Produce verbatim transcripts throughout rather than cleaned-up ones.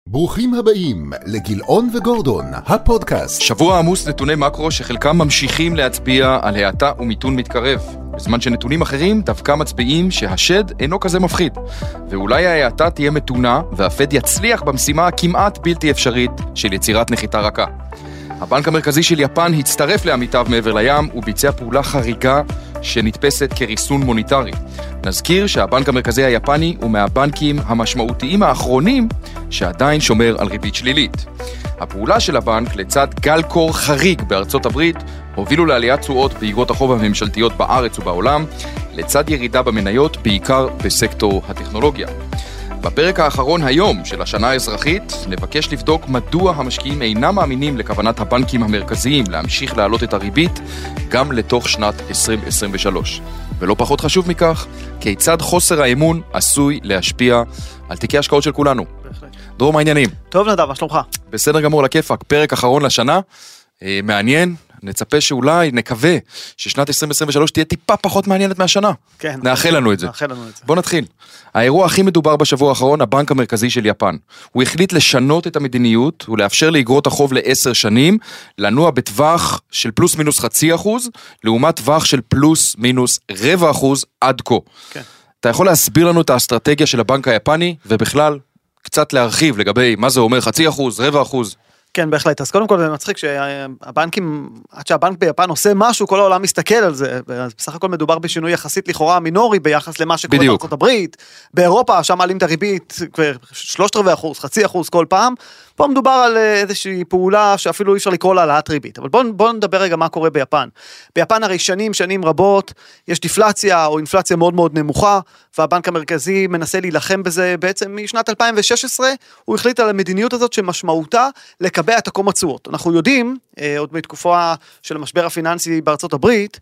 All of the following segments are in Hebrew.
ברוכים הבאים לגילאון וגורדון, הפודקאסט. שבוע עמוס נתוני מקרו שחלקם ממשיכים להצביע על האטה ומיתון מתקרב, בזמן שנתונים אחרים דווקא מצביעים שהשד אינו כזה מפחיד. ואולי האטה תהיה מתונה והפד יצליח במשימה כמעט בלתי אפשרית של יצירת נחיתה רכה. הבנק המרכזי של יפן הצטרף לעמיתיו מעבר לים וביצע פעולה חריגה שנתפסת כריסון מוניטרי. נזכיר שהבנק המרכזי היפני הוא מהבנקים המשמעותיים האחרונים שעדיין שומר על ריבית שלילית. הפעולה של הבנק לצד גל קור חריג בארצות הברית הובילו לעליית תשואות באגרות החוב הממשלתיות בארץ ובעולם, לצד ירידה במניות בעיקר בסקטור הטכנולוגיה. בפרק האחרון היום של השנה האזרחית נבקש לבדוק מדוע המשקיעים אינם מאמינים לכוונת הבנקים המרכזיים להמשיך להעלות את הריבית גם לתוך שנת עשרים עשרים ושלוש. ולא פחות חשוב מכך, כיצד חוסר האמון עשוי להשפיע על תיקי השקעות של כולנו. בהחלט. דרור, מה העניינים? טוב נדב, מה שלומך? בסדר גמור, לכיפק, פרק אחרון לשנה, אה, מעניין, נצפה שאולי, נקווה, ששנת עשרים עשרים ושלוש תהיה טיפה פחות מעניינת מהשנה. כן. נאחל לנו את זה. נאחל לנו את זה. בוא נתחיל. האירוע הכי מדובר בשבוע האחרון, הבנק המרכזי של יפן. הוא החליט לשנות את המדיניות ולאפשר לאגרות החוב לעשר שנים, לנוע בטווח של פלוס מינוס חצי אחוז, לעומת טווח של פלוס מינוס רבע אחוז עד כה. כן. אתה יכול להסביר לנו את האסטרטגיה של הבנק היפני, ובכלל, קצת להרחיב לגבי מה זה אומר חצי אחוז, רבע אחוז. כן, בהחלט. אז קודם כל זה מצחיק שהבנקים, עד שהבנק ביפן עושה משהו, כל העולם מסתכל על זה. בסך הכל מדובר בשינוי יחסית לכאורה מינורי ביחס למה שקורה בארצות הברית. באירופה, שם מעלים את הריבית שלושת רבעי אחוז, חצי אחוז כל פעם. פה מדובר על איזושהי פעולה שאפילו אי אפשר לקרוא לה העלאת ריבית. אבל בואו בוא נדבר רגע מה קורה ביפן. ביפן הרי שנים, שנים רבות, יש דיפלציה או אינפלציה מאוד מאוד נמוכה, והבנק המרכזי מנסה להילחם בזה בעצם משנת אלפיים ושש עשרה, הוא החליט על המדיניות הזאת שמשמעותה לקבע את הקום התשואות. אנחנו יודעים, עוד מתקופה של המשבר הפיננסי בארצות הברית,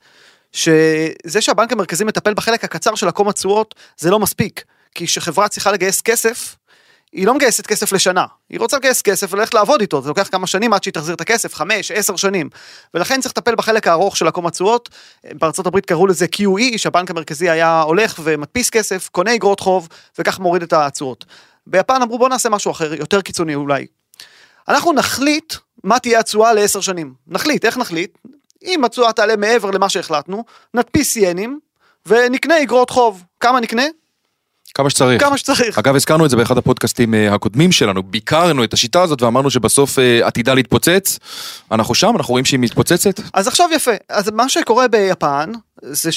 שזה שהבנק המרכזי מטפל בחלק הקצר של הקום התשואות, זה לא מספיק, כי שחברה צריכה לגייס כסף, היא לא מגייסת כסף לשנה, היא רוצה לגייס כסף וללכת לעבוד איתו, זה לוקח כמה שנים עד שהיא תחזיר את הכסף, חמש, עשר שנים, ולכן צריך לטפל בחלק הארוך של הקום התשואות. בארצות הברית קראו לזה קיו אי, שהבנק המרכזי היה הולך ומדפיס כסף, קונה אגרות חוב, וכך מוריד את התשואות. ביפן אמרו בוא נעשה משהו אחר, יותר קיצוני אולי. אנחנו נחליט מה תהיה התשואה לעשר שנים, נחליט, איך נחליט? אם התשואה תעלה מעבר למה שהחלטנו, נדפיס ינים, ונקנה אגרות חוב. כמה נקנה? כמה שצריך. כמה שצריך. אגב, הזכרנו את זה באחד הפודקאסטים הקודמים שלנו, ביקרנו את השיטה הזאת ואמרנו שבסוף עתידה להתפוצץ. אנחנו שם, אנחנו רואים שהיא מתפוצצת. אז עכשיו יפה. אז מה שקורה ביפן, זה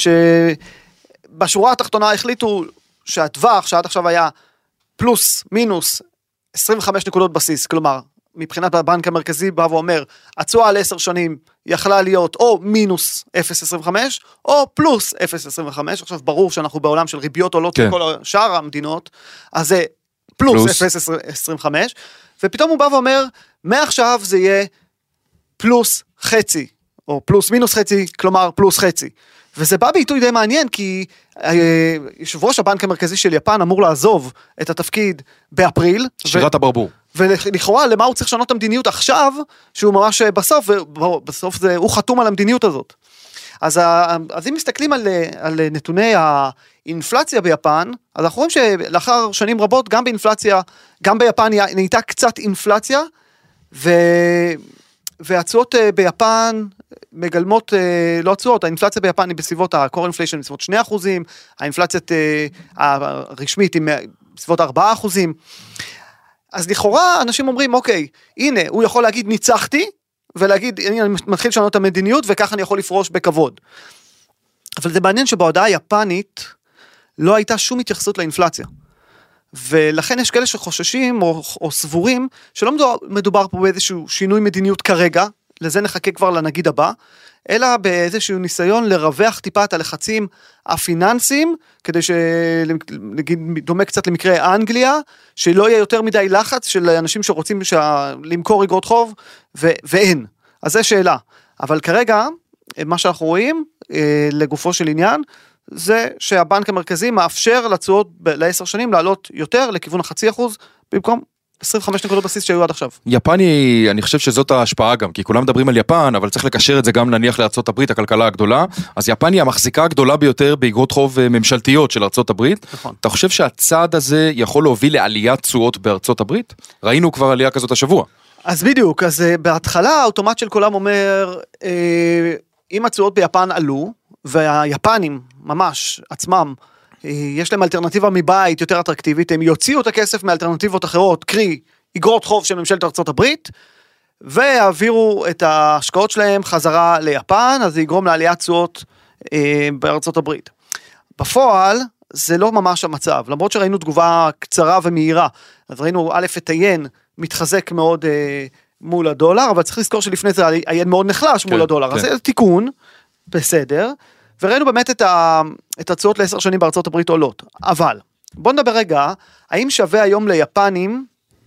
שבשורה התחתונה החליטו שהטווח שעד עכשיו היה פלוס, מינוס, עשרים וחמש נקודות בסיס, כלומר, מבחינת הבנק המרכזי בא ואומר, התשואה לעשר שנים יכלה להיות או מינוס אפס נקודה עשרים וחמש, או פלוס אפס נקודה עשרים וחמש, עכשיו ברור שאנחנו בעולם של ריביות עולות כן. לכל שאר המדינות, אז זה פלוס אפס נקודה עשרים וחמש, ופתאום הוא בא ואומר, מעכשיו זה יהיה פלוס חצי, או פלוס מינוס חצי, כלומר פלוס חצי. וזה בא בעיתוי די מעניין, כי יושב ראש הבנק המרכזי של יפן אמור לעזוב את התפקיד באפריל. שירת ו... הברבור. ולכאורה, למה הוא צריך לשנות את המדיניות עכשיו, שהוא ממש בסוף, ובסוף זה, הוא חתום על המדיניות הזאת. אז, אז אם מסתכלים על, על נתוני האינפלציה ביפן, אז אנחנו רואים שלאחר שנים רבות, גם באינפלציה, גם ביפן נהייתה קצת אינפלציה, ו... והתשואות ביפן מגלמות, לא התשואות, האינפלציה ביפן היא בסביבות ה-core inflation בסביבות שני אחוזים, האינפלציית הרשמית היא בסביבות ארבעה אחוזים, אז לכאורה אנשים אומרים, אוקיי, הנה, הוא יכול להגיד ניצחתי, ולהגיד, אני מתחיל לשנות את המדיניות, וכך אני יכול לפרוש בכבוד. אבל זה מעניין שבהודעה היפנית, לא הייתה שום התייחסות לאינפלציה. ולכן יש כאלה שחוששים או, או סבורים שלא מדובר, מדובר פה באיזשהו שינוי מדיניות כרגע, לזה נחכה כבר לנגיד הבא, אלא באיזשהו ניסיון לרווח טיפה את הלחצים הפיננסיים, כדי שנגיד דומה קצת למקרה אנגליה, שלא יהיה יותר מדי לחץ של אנשים שרוצים שה... למכור אגרות חוב, ו... ואין. אז זו שאלה. אבל כרגע, מה שאנחנו רואים, לגופו של עניין, זה שהבנק המרכזי מאפשר לתשואות לעשר שנים לעלות יותר לכיוון החצי אחוז, במקום עשרים וחמש נקודות בסיס שהיו עד עכשיו. יפן היא, אני חושב שזאת ההשפעה גם, כי כולם מדברים על יפן, אבל צריך לקשר את זה גם נניח לארצות הברית, הכלכלה הגדולה, אז יפן היא המחזיקה הגדולה ביותר באגרות חוב ממשלתיות של ארצות הברית. נכון. אתה חושב שהצעד הזה יכול להוביל לעליית תשואות בארצות הברית? ראינו כבר עלייה כזאת השבוע. אז בדיוק, אז בהתחלה האוטומט של כולם אומר, אם התשואות ביפן עלו, והיפנים ממש עצמם, יש להם אלטרנטיבה מבית יותר אטרקטיבית, הם יוציאו את הכסף מאלטרנטיבות אחרות, קרי, אגרות חוב של ממשלת ארצות הברית, ויעבירו את ההשקעות שלהם חזרה ליפן, אז זה יגרום לעליית תשואות אה, בארצות הברית. בפועל, זה לא ממש המצב, למרות שראינו תגובה קצרה ומהירה, אז ראינו א' את היין מתחזק מאוד אה, מול הדולר, אבל צריך לזכור שלפני זה היין מאוד נחלש כן, מול הדולר, כן. אז זה תיקון, בסדר, וראינו באמת את, ה, את התשואות לעשר שנים בארצות הברית עולות. אבל, בוא נדבר רגע, האם שווה היום ליפנים,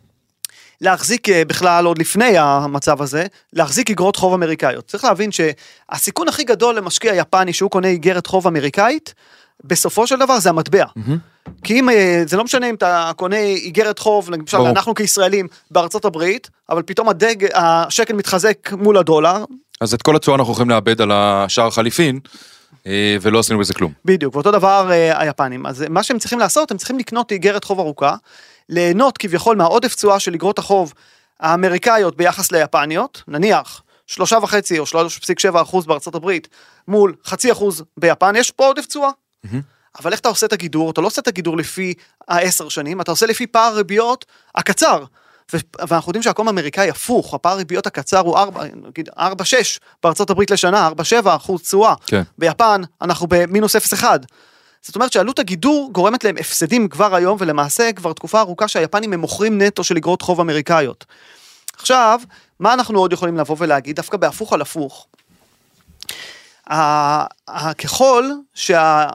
להחזיק בכלל עוד לפני המצב הזה, להחזיק איגרות חוב אמריקאיות. צריך להבין שהסיכון הכי גדול למשקיע יפני, שהוא קונה איגרת חוב אמריקאית, בסופו של דבר זה המטבע. Mm-hmm. כי אם, זה לא משנה אם אתה קונה איגרת חוב, למשל ברור. אנחנו כישראלים בארצות הברית, אבל פתאום הדג, השקל מתחזק מול הדולר. אז את כל התשואה אנחנו יכולים לאבד על השער החליפין, ולא עשינו בזה כלום. בדיוק, ואותו דבר היפנים. אז מה שהם צריכים לעשות, הם צריכים לקנות איגרת חוב ארוכה, ליהנות כביכול מהעודף תשואה של איגרות החוב האמריקאיות ביחס ליפניות, נניח שלושה וחצי או שלוש נקודה שבע אחוז בארצות הברית, מול חצי אחוז ביפן, יש פה עודף תשואה. Mm-hmm. אבל איך אתה עושה את הגידור? אתה לא עושה את הגידור לפי העשר שנים, אתה עושה לפי פער ריביות הקצר. ואנחנו יודעים שהקום האמריקאי הפוך, הפער ריביות הקצר הוא ארבע שש בארצות הברית לשנה, ארבע שבע אחוז תשואה. כן. ביפן אנחנו במינוס אפס אחד. זאת אומרת שעלות הגידור גורמת להם הפסדים כבר היום, ולמעשה כבר תקופה ארוכה שהיפנים הם מוכרים נטו של אגרות חוב אמריקאיות. עכשיו, מה אנחנו עוד יכולים לבוא ולהגיד? דווקא בהפוך על הפוך. ככל שהבנק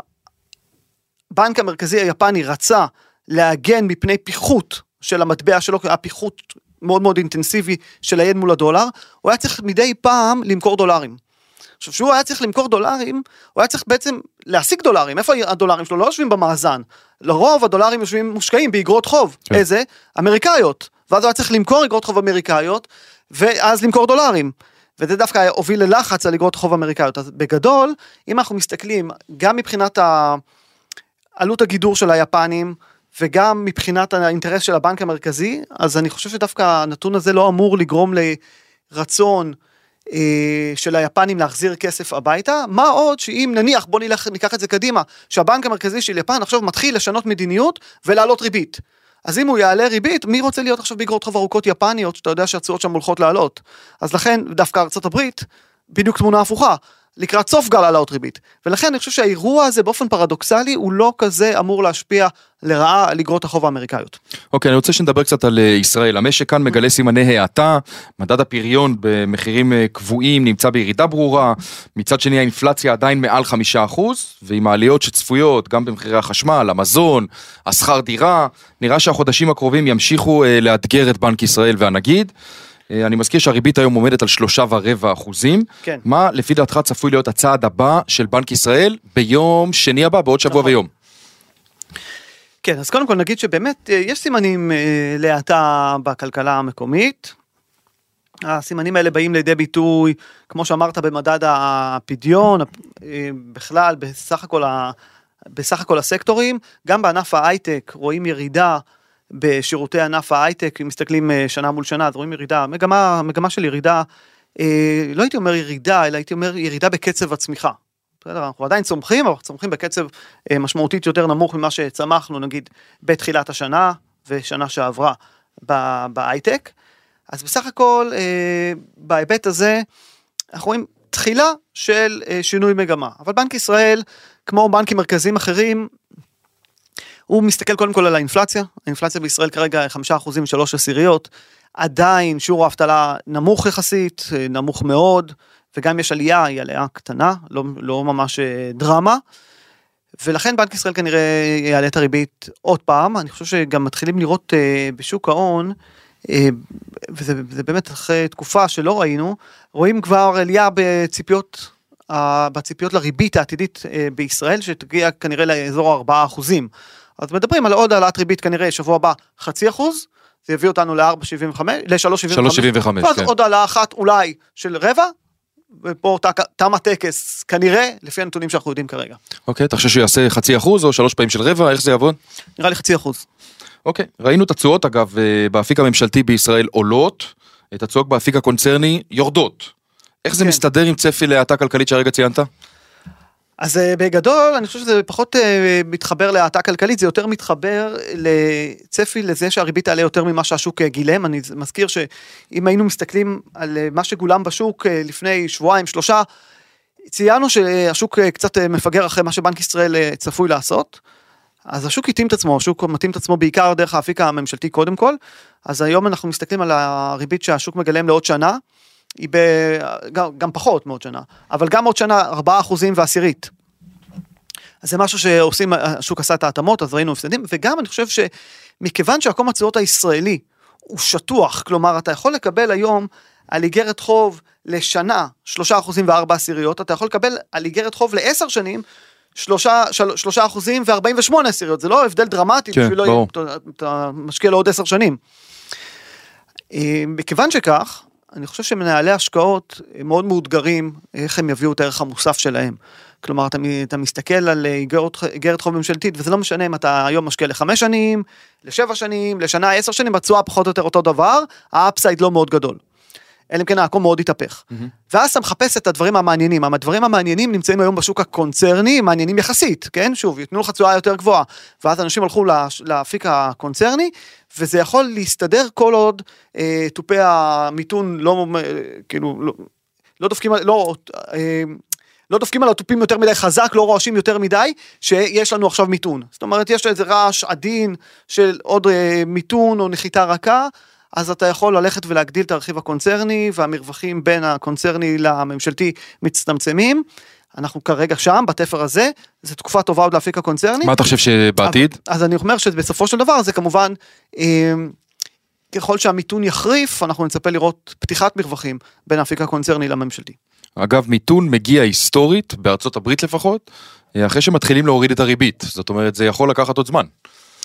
המרכזי היפני רצה להגן מפני פיחות של המטבע שלו, הפיחות מאוד מאוד אינטנסיבי של היד מול הדולר, הוא היה צריך מדי פעם למכור דולרים. עכשיו, שהוא היה צריך למכור דולרים, הוא היה צריך בעצם להשיג דולרים. איפה הדולרים שלו? לא יושבים במאזן. לרוב הדולרים יושבים מושקעים באגרות חוב. כן. איזה? אמריקאיות. ואז הוא היה צריך למכור אגרות חוב אמריקאיות, ואז למכור דולרים. וזה דווקא הוביל ללחץ על אגרות חוב אמריקאיות. אז בגדול, אם אנחנו מסתכלים, גם מבחינת עלות הגידור של היפנים, וגם מבחינת האינטרס של הבנק המרכזי, אז אני חושב שדווקא הנתון הזה לא אמור לגרום לרצון של היפנים להחזיר כסף הביתה, מה עוד שאם נניח, בוא נלך, ניקח את זה קדימה, שהבנק המרכזי של יפן עכשיו מתחיל לשנות מדיניות ולעלות ריבית. אז אם הוא יעלה ריבית, מי רוצה להיות עכשיו באגרות חוב ארוכות יפניות, שאתה יודע שהתשואות שם הולכות לעלות? אז לכן, דווקא ארצות הברית, בדיוק תמונה הפוכה, לקראת סוף גל העלאות ריבית. ולכן אני חושב שהאירוע הזה באופן פרדוקסלי, הוא לא כזה אמור להשפיע לרעה על אגרות החוב האמריקאיות. אוקיי, אני רוצה שנדבר קצת על ישראל. המשק כאן מגלה סימני האטה, מדד הפריון במחירים קבועים נמצא בירידה ברורה, מצד שני האינפלציה עדיין מעל חמישה אחוז, ועם העליות שצפויות, גם במחירי החשמל, המזון, השכר דירה, נראה שהחודשים הקרובים ימשיכו לאתגר את בנק ישראל והנגיד. אני מזכיר שהריבית היום עומדת על שלושה ורבע אחוזים. כן. מה לפי דעתך צפוי להיות הצעד הבא של בנק ישראל ביום שני הבא, בעוד שבוע נכון. ויום? כן, אז קודם כל נגיד שבאמת יש סימנים להאטה בכלכלה המקומית. הסימנים האלה באים לידי ביטוי, כמו שאמרת, במדד הפדיון, בכלל, בסך הכל, בסך הכל הסקטורים, גם בענף ההייטק רואים ירידה, בשירותי ענף ההייטק, אם מסתכלים שנה מול שנה, אז רואים ירידה, מגמה, מגמה של ירידה, אה, לא הייתי אומר ירידה, אלא הייתי אומר ירידה בקצב הצמיחה. בסדר, אנחנו עדיין צומחים, אבל אנחנו צומחים בקצב אה, משמעותית יותר נמוך ממה שצמחנו, נגיד, בתחילת השנה, ושנה שעברה בהייטק. אז בסך הכל, אה, בהיבט הזה, אנחנו רואים תחילה של אה, שינוי מגמה. אבל בנק ישראל, כמו בנקים מרכזיים אחרים, הוא מסתכל קודם כל על האינפלציה, האינפלציה בישראל כרגע חמישה אחוזים ושלוש עשיריות, עדיין שיעור האבטלה נמוך יחסית, נמוך מאוד, וגם יש עלייה, היא עלייה קטנה, לא, לא ממש דרמה, ולכן בנק ישראל כנראה יעלה את הריבית עוד פעם, אני חושב שגם מתחילים לראות בשוק ההון, וזה, וזה באמת אחרי תקופה שלא ראינו, רואים כבר עלייה בציפיות, בציפיות לריבית העתידית בישראל, שתגיע כנראה לאזור ארבעה אחוזים, אז מדברים על עוד העלאת ריבית כנראה שבוע הבא חצי אחוז, זה יביא אותנו ל-ארבע שבעים וחמש, ל-שלוש שבעים וחמש, ואז כן. עוד העלאה אחת אולי של רבע, ופה תם הטקס כנראה, לפי הנתונים שאנחנו יודעים כרגע. אוקיי, אתה חושב שהוא יעשה חצי אחוז או שלוש פעמים של רבע, איך זה יעבוד? נראה לי חצי אחוז. אוקיי, ראינו את התשואות אגב, באפיק הממשלתי בישראל עולות, את התשואות באפיק הקונצרני יורדות. איך זה כן. מסתדר עם צפי להאטה כלכלית שהרגע ציינת? אז בגדול, אני חושב שזה פחות מתחבר להאטה כלכלית, זה יותר מתחבר לצפי לזה שהריבית תעלה יותר ממה שהשוק גילם. אני מזכיר שאם היינו מסתכלים על מה שגולם בשוק לפני שבועיים, שלושה, ציינו שהשוק קצת מפגר אחרי מה שבנק ישראל צפוי לעשות, אז השוק התאים את עצמו, השוק מתאים את עצמו בעיקר דרך האפיק הממשלתי קודם כל, אז היום אנחנו מסתכלים על הריבית שהשוק מגלם לעוד שנה, היא ב... גם, גם פחות מעוד שנה, אבל גם עוד שנה ארבעה אחוזים ועשירית. אז זה משהו שעושים, השוק עשה את ההתאמות, אז ראינו הפסדים, וגם אני חושב שמכיוון שהקום התשואות הישראלי הוא שטוח, כלומר אתה יכול לקבל היום על איגרת חוב לשנה שלושה אחוזים וארבע עשיריות, אתה יכול לקבל על איגרת חוב לעשר שנים שלושה, של, שלושה אחוזים וארבעים ושמונה עשיריות, זה לא הבדל דרמטי, כן, בשביל לא, אתה, אתה משקיע לעוד עשר שנים. מכיוון שכך, אני חושב שמנהלי השקעות מאוד מאותגרים, איך הם יביאו את הערך המוסף שלהם. כלומר, אתה, אתה מסתכל על איגרת חוב ממשלתית, וזה לא משנה אם אתה היום משקיע לחמש שנים, לשבע שנים, לשנה, עשר שנים, בצורה פחות או יותר אותו דבר, האפסייד לא מאוד גדול. אלא אם כן העקום מאוד יתהפך. Mm-hmm. ואז אתה מחפש את הדברים המעניינים. הדברים המעניינים נמצאים היום בשוק הקונצרני, מעניינים יחסית, כן? שוב, יתנו לך תשואה יותר גבוהה. ואז אנשים הלכו להפיק הקונצרני, וזה יכול להסתדר כל עוד אה, טופי המיתון לא, אה, כאילו, לא, לא דופקים, לא, אה, לא דופקים על הטופים יותר מדי חזק, לא רועשים יותר מדי, שיש לנו עכשיו מיתון. זאת אומרת, יש איזה רעש עדין של עוד אה, מיתון או נחיתה רכה, אז אתה יכול ללכת ולהגדיל את הרכיב הקונצרני, והמרווחים בין הקונצרני לממשלתי מצטמצמים. אנחנו כרגע שם, בתפר הזה, זו תקופה טובה עוד להפיק הקונצרני. מה אתה חושב שבעתיד? אז אני אומר שבסופו של דבר, זה כמובן, ככל שהמיתון יחריף, אנחנו נצפה לראות פתיחת מרווחים בין האפיק הקונצרני לממשלתי. אגב, מיתון מגיע היסטורית, בארצות הברית לפחות, אחרי שמתחילים להוריד את הריבית. זאת אומרת, זה יכול לקחת עוד זמן.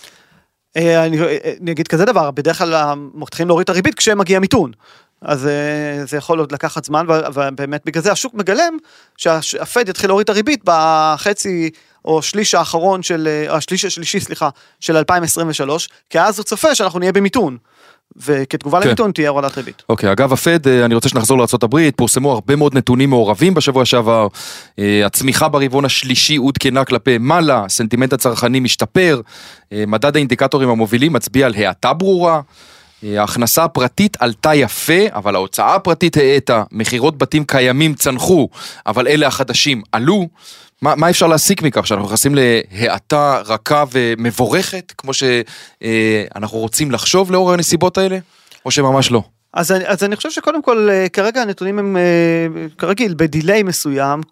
אני, אני אגיד כזה דבר, בדרך כלל מתחילים להוריד את הריבית כשמגיע מיתון, אז זה יכול עוד לקחת זמן, ובאמת בגלל זה השוק מגלם שהפד יתחיל להוריד את הריבית בחצי או שליש האחרון של, השליש השלישי, סליחה, של אלפיים עשרים ושלוש, כי אז הוא צופה שאנחנו נהיה במיתון, וכתגובה למיתון תהיה הורדת ריבית. אוקיי, אגב הפד, אני רוצה שנחזור לארצות הברית, פורסמו הרבה מאוד נתונים מעורבים בשבוע שעבר, הצמיחה ברבעון השלישי עודכנה כלפי מעלה, סנטימנט הצרכני משתפר, מדד האינדיקטורים המובילים מצביע על האטה ברורה, ההכנסה הפרטית עלתה יפה, אבל ההוצאה הפרטית האטה, מחירות בתים קיימים צנחו, אבל אלה החדשים עלו. מה, מה אפשר להסיק מכך שאנחנו נכנסים להאטה רכה ומבורכת, כמו שאנחנו רוצים לחשוב לאור הנסיבות האלה, או שממש לא? אז, אז אני חושב שקודם כל, כרגע הנתונים הם כרגיל בדיליי מסוים,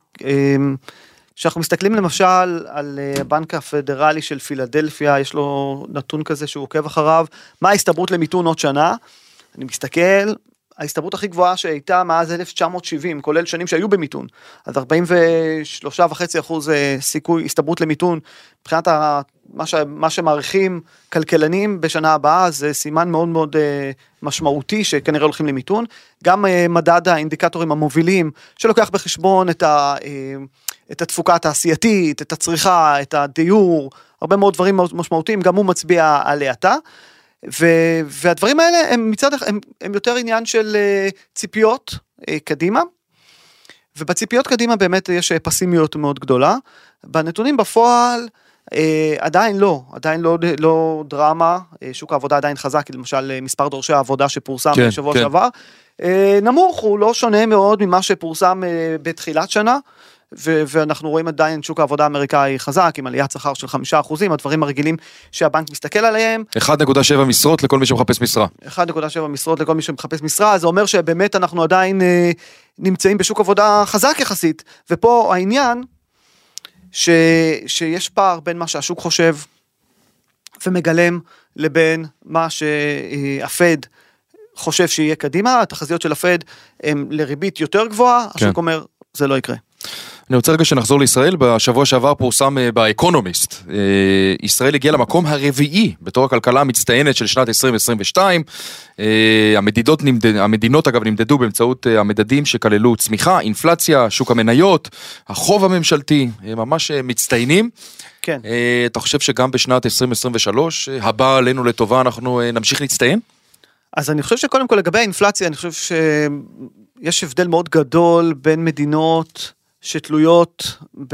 שאנחנו מסתכלים למשל על הבנק הפדרלי של פילדלפיה, יש לו נתון כזה שהוא עוקב אחריו, מה ההסתברות למיתון עוד שנה? אני מסתכל, ההסתברות הכי גבוהה שהייתה מאז אלף תשע מאות שבעים, כולל שנים שהיו במיתון, אז ארבעים ושלושה נקודה חמש אחוז סיכוי, הסתברות למיתון, מבחינת ה, מה, ש, מה שמעריכים כלכלנים בשנה הבאה, זה סימן מאוד מאוד משמעותי, שכנראה הולכים למיתון, גם מדד האינדיקטורים המובילים, שלוקח בחשבון את ה... את התפוקה התעשייתית, את הצריכה, את הדיור, הרבה מאוד דברים משמעותיים, גם הוא מצביע על האטה, ו- והדברים האלה הם מצד הם, הם יותר עניין של ציפיות קדימה, ובציפיות קדימה באמת יש פסימיות מאוד גדולה, בנתונים בפועל עדיין לא, עדיין לא, לא דרמה, שוק העבודה עדיין חזק, למשל מספר דורשי העבודה שפורסם כן, בשבוע כן. שעבר, נמוך, הוא לא שונה מאוד ממה שפורסם בתחילת שנה, ו- ואנחנו רואים עדיין שוק העבודה האמריקאי חזק, עם עליית שכר של חמישה אחוזים, הדברים הרגילים שהבנק מסתכל עליהם. אחת נקודה שבע משרות לכל מי שמחפש משרה. אחת נקודה שבע משרות לכל מי שמחפש משרה, זה אומר שבאמת אנחנו עדיין אה, נמצאים בשוק עבודה חזק יחסית, ופה העניין, ש- שיש פער בין מה שהשוק חושב, ומגלם לבין מה שהפד חושב שיהיה קדימה, התחזיות של הפד הם לריבית יותר גבוהה, כן. השוק אומר, זה לא יקרה. אני רוצה רגע שנחזור לישראל, בשבוע שעבר פורסם באקונומיסט, ישראל הגיעה למקום הרביעי בתור הכלכלה המצטיינת של שנת עשרים עשרים ושתיים, המדידות, המדינות אגב נמדדו באמצעות המדדים שכללו צמיחה, אינפלציה, שוק המניות, החוב הממשלתי, ממש מצטיינים. כן. אתה חושב שגם בשנת עשרים עשרים ושלוש, הבא עלינו לטובה, אנחנו נמשיך להצטיין? אז אני חושב שקודם כל לגבי האינפלציה, אני חושב שיש הבדל מאוד גדול בין מדינות שתלויות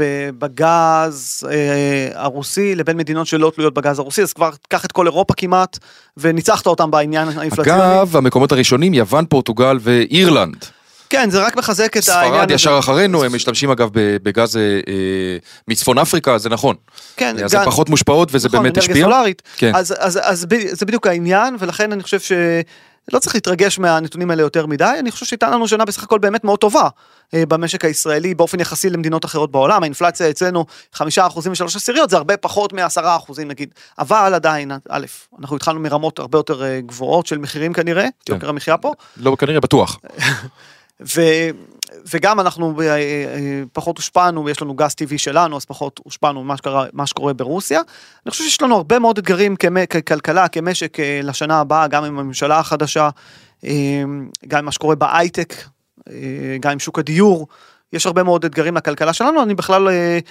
בגז הרוסי, לבין מדינות שלא תלויות בגז הרוסי, אז כבר קח את כל אירופה כמעט, וניצחת אותם בעניין האינפלציוני. אגב, המקומות הראשונים, יוון, פורטוגל ואירלנד. כן, זה רק מחזק את העניין הזה. ספרד ישר אחרינו, הם משתמשים אגב בגז מצפון אפריקה, זה נכון. כן. אז הן פחות מושפעות וזה באמת השפיע. נכון, אנרגיה סולארית. אז זה בדיוק העניין, ולכן אני חושב שלא צריך להתרגש מהנתונים האלה יותר מדי, אני חושב שהייתה לנו שנה בסך הכל באמת מאוד טובה, במשק הישראלי, באופן יחסי למדינות אחרות בעולם, האינפלציה אצלנו חמישה אחוזים ושלוש עשיריות, זה הרבה פחות מעשרה אחוזים נגיד, אבל עדיין, א', אנחנו התחלנו מרמות הרבה יותר גבוהות של מחירים כנראה, יוקר המחיה פה. לא כנראה, בטוח. ו, וגם אנחנו פחות הושפענו, ויש לנו גז טבעי שלנו, אז פחות הושפענו ממה שקרה, מה שקורה ברוסיה. אני חושב שיש לנו הרבה מאוד אתגרים ככלכלה, כמשק לשנה הבאה, גם עם הממשלה החדשה, גם עם מה שקורה בהייטק, גם עם שוק הדיור, יש הרבה מאוד אתגרים לכלכלה שלנו, אני בכלל,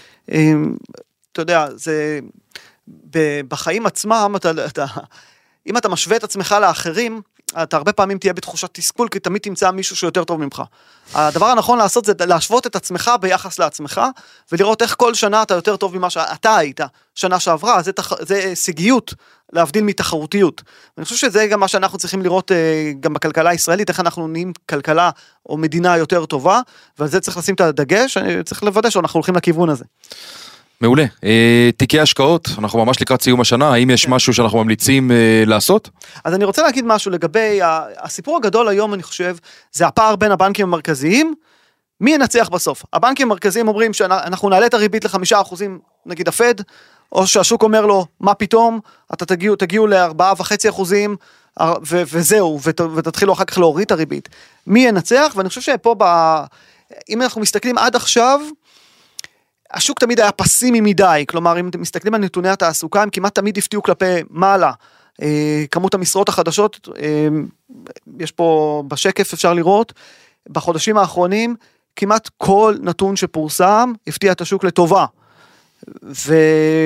אתה יודע, זה, בחיים עצמם, אתה, אתה, אם אתה משווה את עצמך לאחרים, אתה הרבה פעמים תהיה בתחושת תסכול, כי תמיד תמצא מישהו שיותר טוב ממך. הדבר הנכון לעשות זה להשוות את עצמך ביחס לעצמך, ולראות איך כל שנה אתה יותר טוב ממה שאתה היית שנה שעברה, זה, תח... זה סיגיות, להבדיל מתחרותיות. ואני חושב שזה גם מה שאנחנו צריכים לראות גם בכלכלה הישראלית, איך אנחנו נהיים כלכלה או מדינה יותר טובה, ועל זה צריך לשים את הדגש, צריך לוודא שאנחנו הולכים לכיוון הזה. מעולה. תיקי השקעות, אנחנו ממש לקראת סיום השנה, האם יש משהו שאנחנו ממליצים לעשות? אז אני רוצה להגיד משהו לגבי, הסיפור הגדול היום אני חושב, זה הפער בין הבנקים המרכזיים, מי ינצח בסוף? הבנקים המרכזיים אומרים שאנחנו נעלה את הריבית לחמישה אחוזים, נגיד הפד, או שהשוק אומר לו, מה פתאום, אתה תגיעו, תגיעו לארבעה וחצי אחוזים, ו- וזהו, ות- ותתחילו אחר כך להוריד את הריבית. מי ינצח? ואני חושב שפה, ב... אם אנחנו מסתכלים עד עכשיו, השוק תמיד היה פסימי מדי, כלומר, אם אתם מסתכלים על נתוני התעסוקה, הם כמעט תמיד הפתיעו כלפי מעלה, כמות המשרות החדשות, יש פה בשקף אפשר לראות, בחודשים האחרונים, כמעט כל נתון שפורסם, הפתיע את השוק לטובה, ו...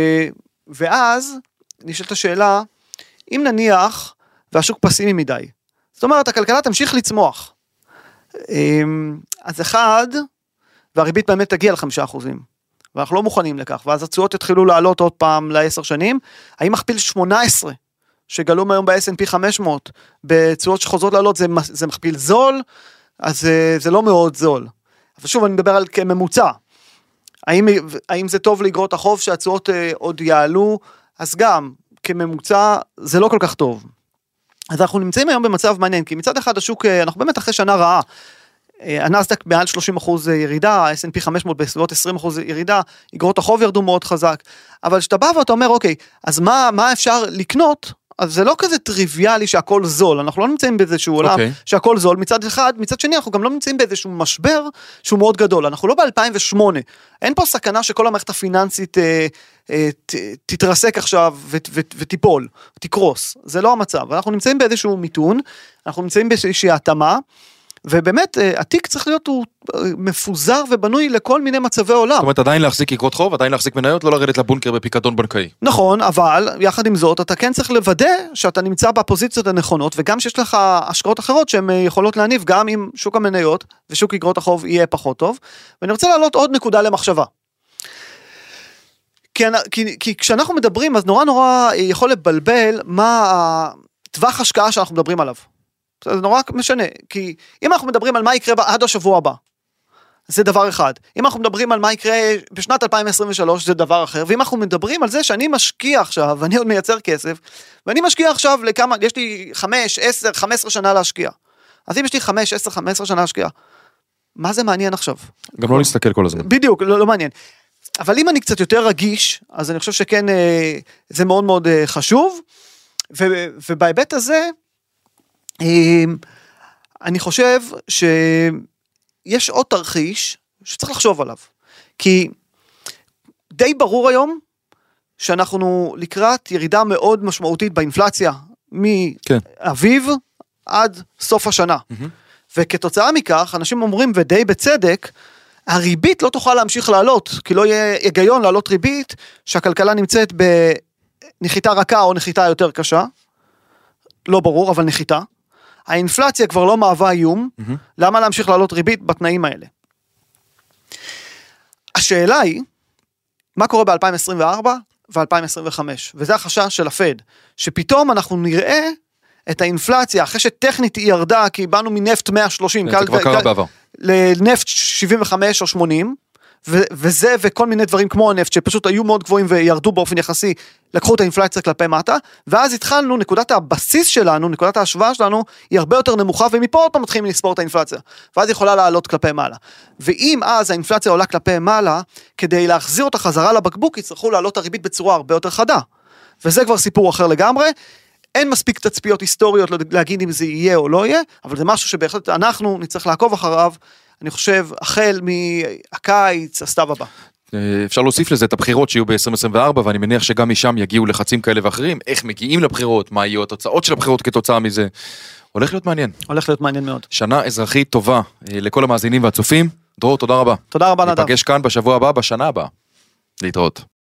ואז נשאלת השאלה, אם נניח, והשוק פסימי מדי, זאת אומרת, הכלכלה תמשיך לצמוח, אז אחד, והריבית באמת תגיע לחמישה אחוזים, ואנחנו לא מוכנים לכך, ואז התשואות יתחילו לעלות עוד פעם לעשר שנים, האם מכפיל שמונה עשרה, שגלום היום ב-אס אנד פי חמש מאות, בתשואות שחוזרות לעלות, זה, זה מכפיל זול, אז זה, זה לא מאוד זול. אבל שוב, אני מדבר על כממוצע, האם, האם זה טוב לאגרות החוב, שהתשואות עוד יעלו, אז גם, כממוצע, זה לא כל כך טוב. אז אנחנו נמצאים היום במצב מעניין, כי מצד אחד השוק, אנחנו באמת אחרי שנה רעה, הנסדק מעל שלושים אחוז ירידה, ה-אס אנד פי חמש מאות בסביבות עשרים אחוז ירידה, אגרות החוב ירדו מאוד חזק, אבל שאתה בא ואתה אומר, אוקיי, אז מה, מה אפשר לקנות? אז זה לא כזה טריוויאלי שהכל זול, אנחנו לא נמצאים באיזשהו עולם okay. שהכל זול, מצד אחד, מצד שני אנחנו גם לא נמצאים באיזשהו משבר שהוא מאוד גדול, אנחנו לא ב-אלפיים ושמונה, אין פה סכנה שכל המערכת הפיננסית אה, אה, ת, תתרסק עכשיו ות, ות, ותיפול, תקרוס, זה לא המצב, אנחנו נמצאים באיזשהו מיתון, אנחנו נמצאים באיזושהי התאמה, ובאמת, התיק צריך להיות הוא מפוזר ובנוי לכל מיני מצבי עולם. זאת אומרת, עדיין להחזיק אגרות חוב, עדיין להחזיק מניות, לא לרדת לבונקר בפיקדון בנקאי. נכון, אבל יחד עם זאת, אתה כן צריך לוודא שאתה נמצא בפוזיציות הנכונות, וגם שיש לך השקעות אחרות שהן יכולות להניב, גם אם שוק המניות ושוק אגרות החוב יהיה פחות טוב. ואני רוצה להעלות עוד נקודה למחשבה. כי, כי, כי כשאנחנו מדברים, אז נורא נורא יכול לבלבל מה הטווח השקעה שאנחנו מדברים עליו. זה נורא משנה, כי אם אנחנו מדברים על מה יקרה עד השבוע הבא, זה דבר אחד. אם אנחנו מדברים על מה יקרה בשנת אלפיים עשרים ושלוש, זה דבר אחר. ואם אנחנו מדברים על זה שאני משקיע עכשיו, ואני עוד מייצר כסף, ואני משקיע עכשיו לכמה, יש לי חמש, עשר, חמש עשרה שנה להשקיע. אז אם יש לי חמש, עשר, חמש עשרה שנה להשקיע, מה זה מעניין עכשיו? גם לא להסתכל כל הזמן. בדיוק, לא, לא מעניין. אבל אם אני קצת יותר רגיש, אז אני חושב שכן, זה מאוד מאוד חשוב. ו, ובהיבט הזה, אני חושב שיש עוד תרחיש שצריך לחשוב עליו, כי די ברור היום, שאנחנו לקראת ירידה מאוד משמעותית באינפלציה, מאביב כן. עד סוף השנה. Mm-hmm. וכתוצאה מכך, אנשים אומרים, ודי בצדק, הריבית לא תוכל להמשיך לעלות, כי לא יהיה היגיון לעלות ריבית, שהכלכלה נמצאת בנחיתה רכה או נחיתה יותר קשה, לא ברור, אבל נחיתה. האינפלציה כבר לא מהווה איום, mm-hmm. למה להמשיך לעלות ריבית בתנאים האלה? השאלה היא, מה קורה ב-אלפיים עשרים וארבע ו-אלפיים עשרים וחמש? וזה החשש של הפד, שפתאום אנחנו נראה את האינפלציה, אחרי שטכנית היא ירדה, כי באנו מנפט מאה ושלושים, זה כבר קרה בעבר. לנפט שבעים וחמש או שמונים, ו- וזה וכל מיני דברים כמו הנפט, שפשוט היו מאוד גבוהים וירדו באופן יחסי, לקחו את האינפלציה כלפי מטה, ואז התחלנו, נקודת הבסיס שלנו, נקודת ההשוואה שלנו, היא הרבה יותר נמוכה, ומפה עוד פעם מתחילים לספור את האינפלציה, ואז היא יכולה לעלות כלפי מעלה. ואם אז האינפלציה עולה כלפי מעלה, כדי להחזיר אותה חזרה לבקבוק, יצטרכו לעלות הריבית בצורה הרבה יותר חדה. וזה כבר סיפור אחר לגמרי. אין מספיק תצפיות היסטוריות להגיד אם זה יהיה או לא יהיה, אבל זה משהו שבהחלט אנחנו נצטרך לעקוב אחריו, אני חושב, החל מהקיץ, הסתיו הבא. אפשר להוסיף לזה את הבחירות שיהיו ב-עשרים עשרים וארבע, ואני מניח שגם משם יגיעו לחצים כאלה ואחרים, איך מגיעים לבחירות, מה יהיו התוצאות של הבחירות כתוצאה מזה. הולך להיות מעניין. הולך להיות מעניין מאוד. שנה אזרחית טובה לכל המאזינים והצופים. דרור, תודה רבה. תודה רבה, נדב. ניפגש כאן בשבוע הבא, בשנה הבאה. להתראות.